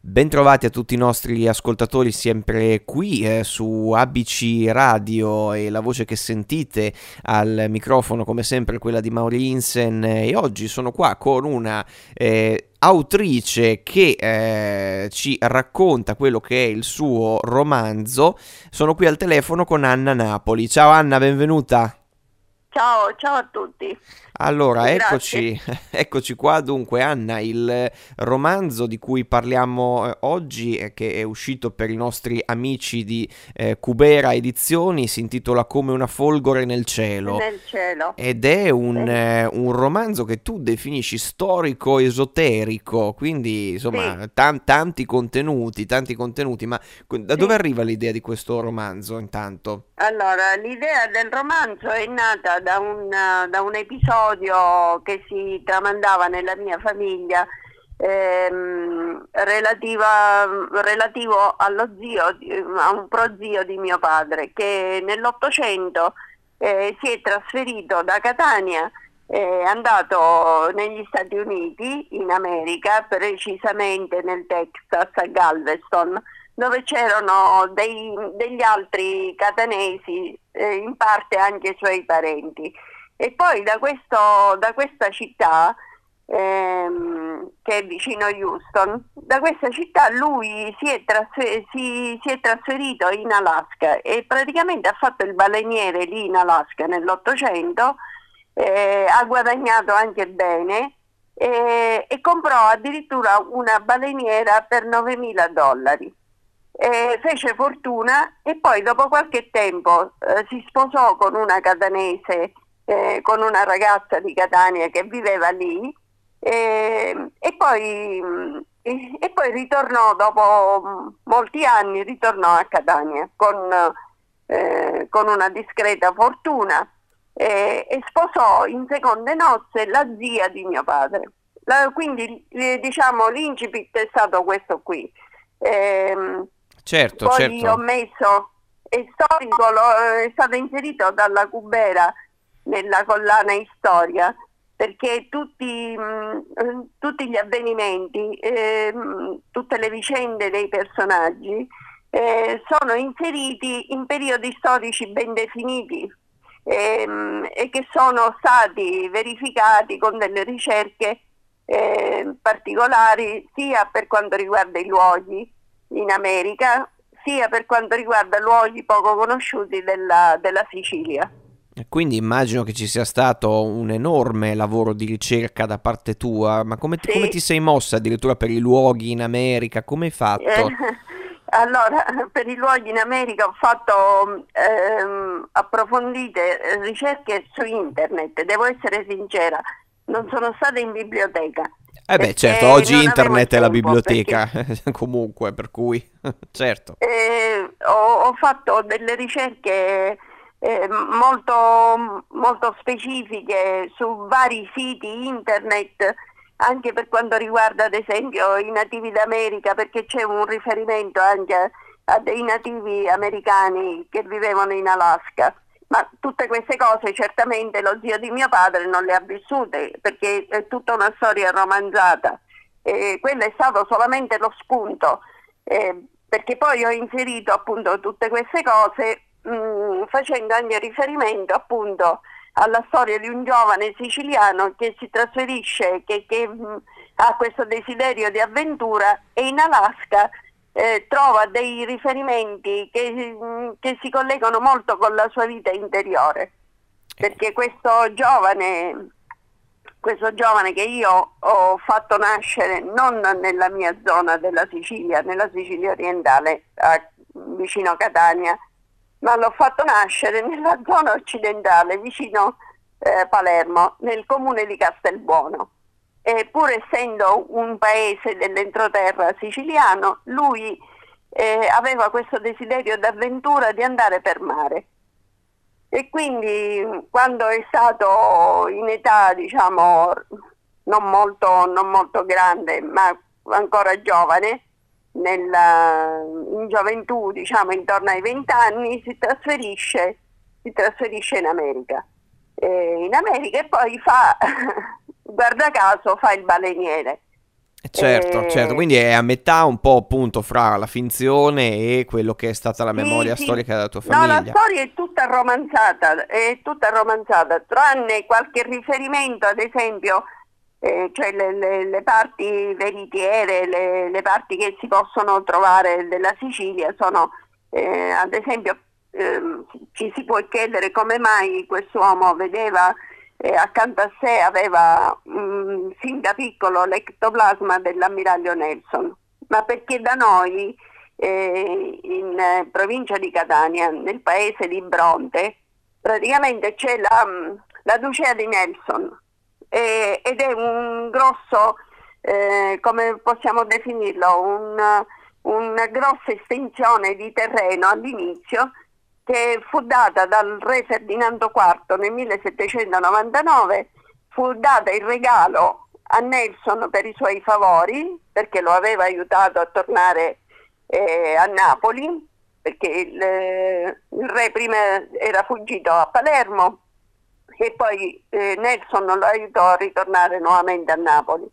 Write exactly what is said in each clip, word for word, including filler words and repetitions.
Bentrovati a tutti i nostri ascoltatori sempre qui eh, su A B C Radio, e la voce che sentite al microfono come sempre è quella di Mauri Linsen, e oggi sono qua con una eh, autrice che eh, ci racconta quello che è il suo romanzo. Sono qui al telefono con Anna Napoli. Ciao Anna, benvenuta. Ciao, ciao a tutti. Allora, Grazie. eccoci, eccoci qua. Dunque, Anna, il romanzo di cui parliamo eh, oggi, eh, che è uscito per i nostri amici di eh, Cubera Edizioni, si intitola Come una folgore nel cielo. Nel cielo. Ed è un, Sì, eh, un romanzo che tu definisci storico-esoterico, quindi sì, insomma tan- tanti contenuti, tanti contenuti, ma co- da dove sì. arriva l'idea di questo romanzo intanto? Allora, l'idea del romanzo è nata da un, eh, da un episodio che si tramandava nella mia famiglia, ehm, relativa- relativo allo zio, di- a un prozio di mio padre, che nell'Ottocento eh, si è trasferito da Catania. È andato negli Stati Uniti, in America, precisamente nel Texas, a Galveston, dove c'erano dei- degli altri catanesi, eh, in parte anche i suoi parenti. E poi da, questo, da questa città, ehm, che è vicino Houston, da questa città lui si è, trasfe- si- si è trasferito in Alaska e praticamente ha fatto il baleniere lì in Alaska nell'Ottocento, eh, ha guadagnato anche bene e, e comprò addirittura una baleniera per novemila dollari. Eh, fece fortuna e poi dopo qualche tempo eh, si sposò con una catanese, eh, con una ragazza di Catania che viveva lì, eh, e poi, mh, e, e poi ritornò dopo mh, molti anni, ritornò a Catania con, eh, con una discreta fortuna, eh, e sposò in seconde nozze la zia di mio padre. La- quindi eh, diciamo l'incipit è stato questo qui. Ehm, Certo, Poi ho certo. messo è storico, lo- è stato inserito dalla Cubera nella collana Storia, perché tutti, mh, tutti gli avvenimenti, ehm, tutte le vicende dei personaggi eh, sono inseriti in periodi storici ben definiti, ehm, e che sono stati verificati con delle ricerche eh, particolari, sia per quanto riguarda i luoghi in America, sia per quanto riguarda luoghi poco conosciuti della, della Sicilia. E quindi immagino che ci sia stato un enorme lavoro di ricerca da parte tua, ma come ti, come ti Sì, sei mossa addirittura per i luoghi in America? Come hai eh, fatto? allora per i luoghi in America ho fatto ehm, approfondite eh, ricerche su internet, devo essere sincera, non sono stata in biblioteca Eh beh, certo, perché oggi non avevo il internet è la tempo, perché biblioteca, comunque, per cui, certo. Eh, ho, ho fatto delle ricerche eh, molto, molto specifiche su vari siti internet, anche per quanto riguarda ad esempio i nativi d'America, perché c'è un riferimento anche a, a dei nativi americani che vivevano in Alaska. Ma tutte queste cose certamente lo zio di mio padre non le ha vissute, perché è tutta una storia romanzata. Eh, quello è stato solamente lo spunto, eh, perché poi ho inserito appunto tutte queste cose, mh, facendo anche riferimento appunto alla storia di un giovane siciliano che si trasferisce, che, che mh, ha questo desiderio di avventura e in Alaska eh, trova dei riferimenti che, mh, che si collegano molto con la sua vita interiore, perché questo giovane questo giovane che io ho fatto nascere non nella mia zona della Sicilia, nella Sicilia orientale, a- vicino a Catania, ma l'ho fatto nascere nella zona occidentale, vicino eh, Palermo, nel comune di Castelbuono. E pur essendo un paese dell'entroterra siciliano, lui eh, aveva questo desiderio d'avventura di andare per mare. E quindi quando è stato in età, diciamo, non molto, non molto grande, ma ancora giovane, nella, in gioventù, diciamo intorno ai venti anni, si trasferisce, si trasferisce in America. E in America e poi fa, guarda caso, fa il baleniere. Certo, certo, Eh, quindi è a metà un po' appunto fra la finzione e quello che è stata la Sì, memoria sì, storica della tua no, la famiglia. storia è tutta romanzata, è tutta romanzata, tranne qualche riferimento, ad esempio, eh, cioè le, le- le parti veritiere, le, le parti che si possono trovare della Sicilia sono, eh, ad esempio, ehm, ci si può chiedere come mai quest'uomo vedeva, eh, accanto a sé aveva mm, fin da piccolo l'ectoplasma dell'ammiraglio Nelson, ma perché da noi eh, in eh, provincia di Catania, nel paese di Bronte, praticamente c'è la, mh, la Ducea di Nelson eh, ed è un grosso, eh, come possiamo definirlo, un, una grossa estensione di terreno all'inizio che fu data dal re Ferdinando quarto nel millesettecentonovantanove, fu data in regalo a Nelson per i suoi favori, perché lo aveva aiutato a tornare eh, a Napoli, perché il, eh, il re prima era fuggito a Palermo e poi eh, Nelson lo aiutò a ritornare nuovamente a Napoli.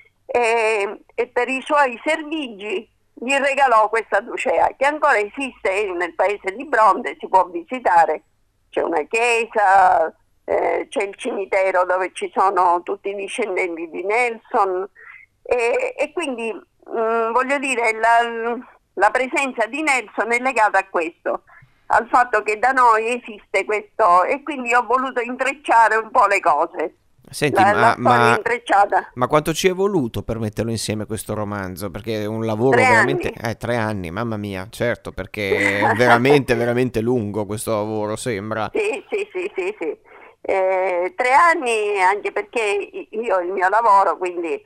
E, e per i suoi servigi gli regalò questa Ducea, che ancora esiste nel paese di Bronte, si può visitare, c'è una chiesa, eh, c'è il cimitero dove ci sono tutti i discendenti di Nelson e, e quindi mh, voglio dire la, la presenza di Nelson è legata a questo, al fatto che da noi esiste questo e quindi ho voluto intrecciare un po' le cose, Senti, la, ma, la storia ma, intrecciata. ma quanto ci è voluto per metterlo insieme questo romanzo? Perché è un lavoro Tre veramente... anni. Eh, tre anni, mamma mia, certo, perché è veramente, veramente lungo questo lavoro, sembra. Sì, sì, sì, sì, sì. Eh, tre anni anche perché io il mio lavoro, quindi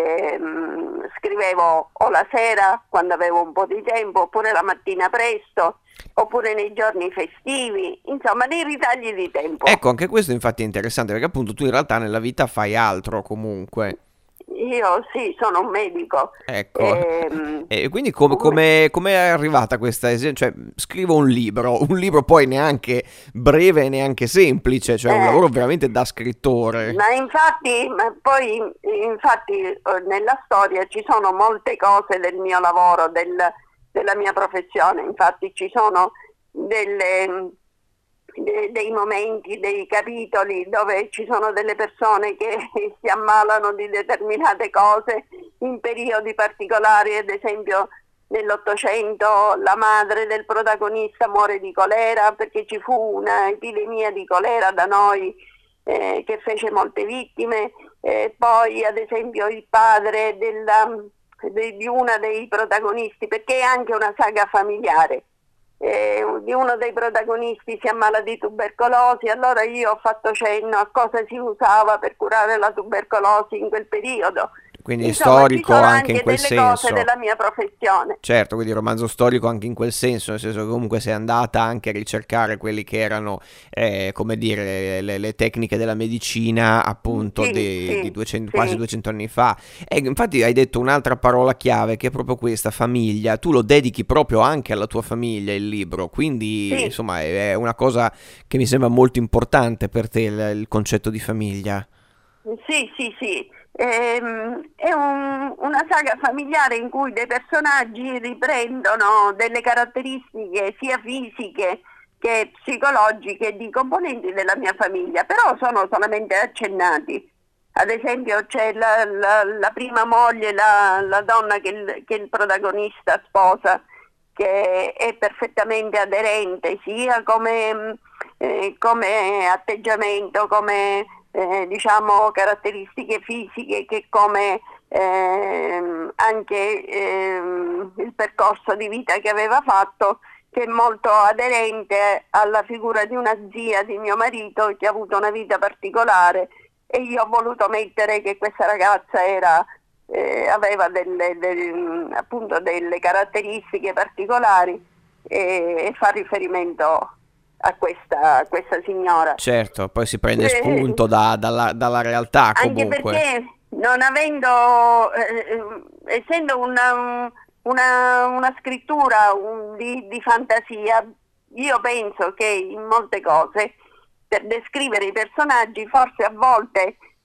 ehm, scrivevo o la sera quando avevo un po' di tempo, oppure la mattina presto, oppure nei giorni festivi, insomma nei ritagli di tempo. Ecco, anche questo infatti è interessante, perché appunto tu in realtà nella vita fai altro comunque. Io sì, sono un medico. Ecco, ehm, e quindi come, un me- come, come è arrivata questa esigenza? Cioè, scrivo un libro, un libro poi neanche breve e neanche semplice, cioè un eh, lavoro veramente da scrittore. Ma infatti, ma poi infatti eh, nella storia ci sono molte cose del mio lavoro, del- della mia professione, infatti ci sono delle, de- dei momenti, dei capitoli dove ci sono delle persone che si ammalano di determinate cose in periodi particolari, ad esempio nell'Ottocento la madre del protagonista muore di colera perché ci fu un'epidemia di colera da noi eh, che fece molte vittime, eh, poi ad esempio il padre della, de, di una dei protagonisti, perché è anche una saga familiare, eh, di uno dei protagonisti si ammala di tubercolosi, allora io ho fatto cenno a cosa si usava per curare la tubercolosi in quel periodo. Quindi è Insomma, ci storico sono anche in anche quel delle cose senso. della mia professione. Certo, quindi romanzo storico anche in quel senso, nel senso che comunque sei andata anche a ricercare quelli che erano, eh, come dire, le, le tecniche della medicina appunto Sì, di, di sì, duecento, quasi sì, duecento anni fa. E infatti hai detto un'altra parola chiave che è proprio questa, famiglia. Tu lo dedichi proprio anche alla tua famiglia il libro, quindi sì. insomma è una cosa che mi sembra molto importante per te il, il concetto di famiglia. Sì, sì, sì. Ehm, è un- una saga familiare in cui dei personaggi riprendono delle caratteristiche sia fisiche che psicologiche di componenti della mia famiglia, però sono solamente accennati. Ad esempio c'è la, la- la prima moglie, la, la donna che il, che il protagonista sposa, che è perfettamente aderente sia come, mh, eh, come atteggiamento, come eh, diciamo caratteristiche fisiche che come ehm, anche ehm, il percorso di vita che aveva fatto, che è molto aderente alla figura di una zia di mio marito che ha avuto una vita particolare e io ho voluto mettere che questa ragazza era, eh, aveva delle, del- appunto delle caratteristiche particolari e, e fa riferimento a questa, a questa signora. Certo, poi si prende Eh, spunto da- dalla, dalla realtà Anche comunque. perché non avendo, eh, eh, essendo una, una- una scrittura un- di, di fantasia, io penso che in molte cose, per descrivere i personaggi, forse a volte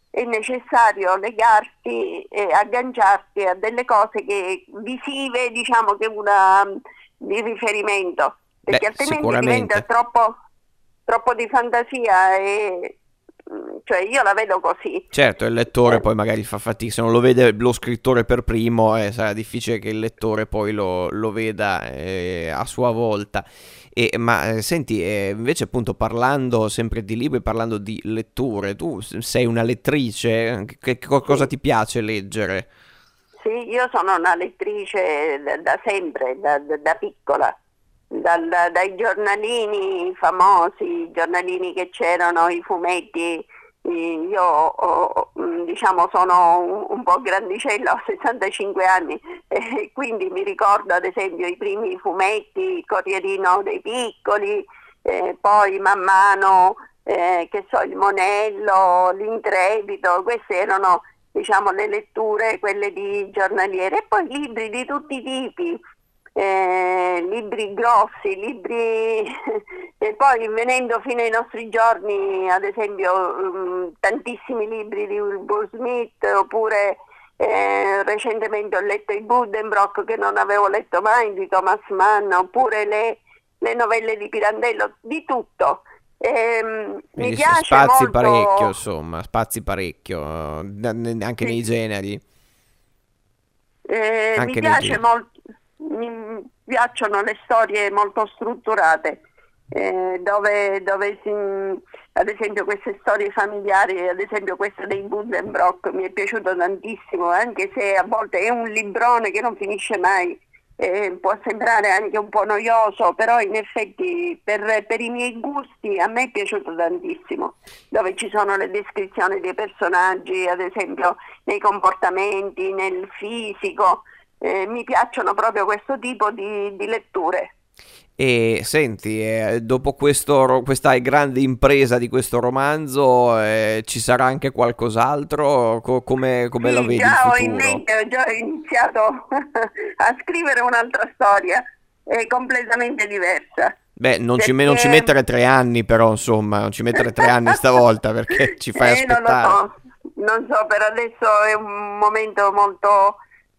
è necessario legarsi e agganciarsi a delle cose che, visive, diciamo, che una di riferimento, perché Beh, altrimenti diventa sicuramente. troppo, troppo di fantasia e cioè io la vedo così. Certo, il lettore Eh, poi magari fa fatica, se non lo vede lo scrittore per primo, eh, sarà difficile che il lettore poi lo, lo veda eh, a sua volta. E, ma eh, senti, eh, invece appunto parlando sempre di libri, parlando di letture, tu s- sei una lettrice? Che, che co- cosa sì. ti piace leggere? Sì, io sono una lettrice da, da sempre, da, da- da piccola, Dal- da- dai giornalini famosi, i giornalini che c'erano, i fumetti. eh, Io ho- mh, diciamo sono un, un po' grandicella, ho sessantacinque anni, e quindi mi ricordo ad esempio i primi fumetti, il Corrierino dei Piccoli, eh, poi man mano, eh, che so, il Monello, l'Intrepido, queste erano, diciamo, le letture, quelle di giornaliere, e poi libri di tutti i tipi, eh, libri grossi, libri e poi venendo fino ai nostri giorni, ad esempio, mh, tantissimi libri di Wilbur Smith, oppure eh, recentemente ho letto i Buddenbrook, che non avevo letto mai, di Thomas Mann, oppure le, le novelle di Pirandello, di tutto. Ehm, mi Quindi s- piace spazi parecchio, molto. insomma, spazi parecchio, eh, da- ne- anche Sì. nei generi, Eh, mi anche nei piace generi. molto, mi piacciono le storie molto strutturate, eh, dove, dove si, ad esempio queste storie familiari, ad esempio questa dei Buddenbrook mi è piaciuto tantissimo, anche se a volte è un librone che non finisce mai, eh, può sembrare anche un po' noioso, però in effetti per, per i miei gusti a me è piaciuto tantissimo, dove ci sono le descrizioni dei personaggi, ad esempio nei comportamenti, nel fisico. Eh, mi piacciono proprio questo tipo di, di letture. E senti, eh, dopo questo, ro- questa grande impresa di questo romanzo, eh, ci sarà anche qualcos'altro? Co- come, come lo Sì, vedi il già ho in futuro? mente, ho già iniziato a scrivere un'altra storia, eh, completamente diversa, Beh, non ci, me- non ci perché mettere tre anni però, insomma, non ci mettere tre anni stavolta perché ci fai eh, non lo aspettare. so, non so, per adesso è un momento molto,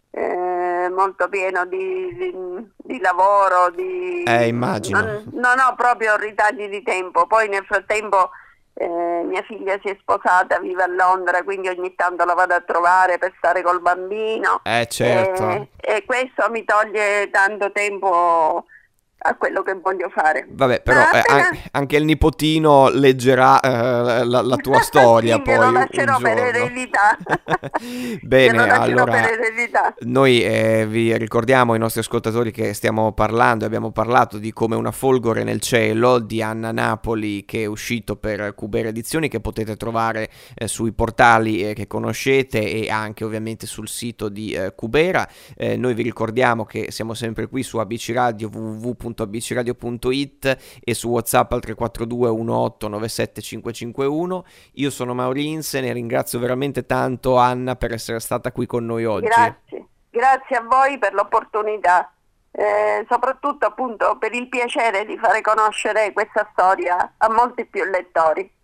eh, molto pieno di, di- di lavoro, Eh, di... immagino. Non, non ho proprio ritagli di tempo, poi nel frattempo eh, mia figlia si è sposata, vive a Londra, quindi ogni tanto la vado a trovare per stare col bambino, Eh, certo. eh, e questo mi toglie tanto tempo a quello che voglio fare. Vabbè, però Ma eh, an- appena... anche il nipotino leggerà eh, la, la tua storia Sì, glielo poi un un lascerò per giorno. eredità. Glielo Bene, lascerò per allora eredità. noi eh, vi ricordiamo ai nostri ascoltatori che stiamo parlando, abbiamo parlato di Come una folgore nel cielo di Anna Napoli, che è uscito per Cubera Edizioni, che potete trovare eh, sui portali eh, che conoscete e anche ovviamente sul sito di eh, Cubera. Eh, noi vi ricordiamo che siamo sempre qui su A B C Radio, w w w punto a b c radio punto i t, e su WhatsApp al tre quattro due uno otto nove sette cinque cinque uno. Io sono Mauri Insen e ringrazio veramente tanto Anna per essere stata qui con noi oggi. Grazie, grazie a voi per l'opportunità, eh, soprattutto appunto per il piacere di fare conoscere questa storia a molti più lettori.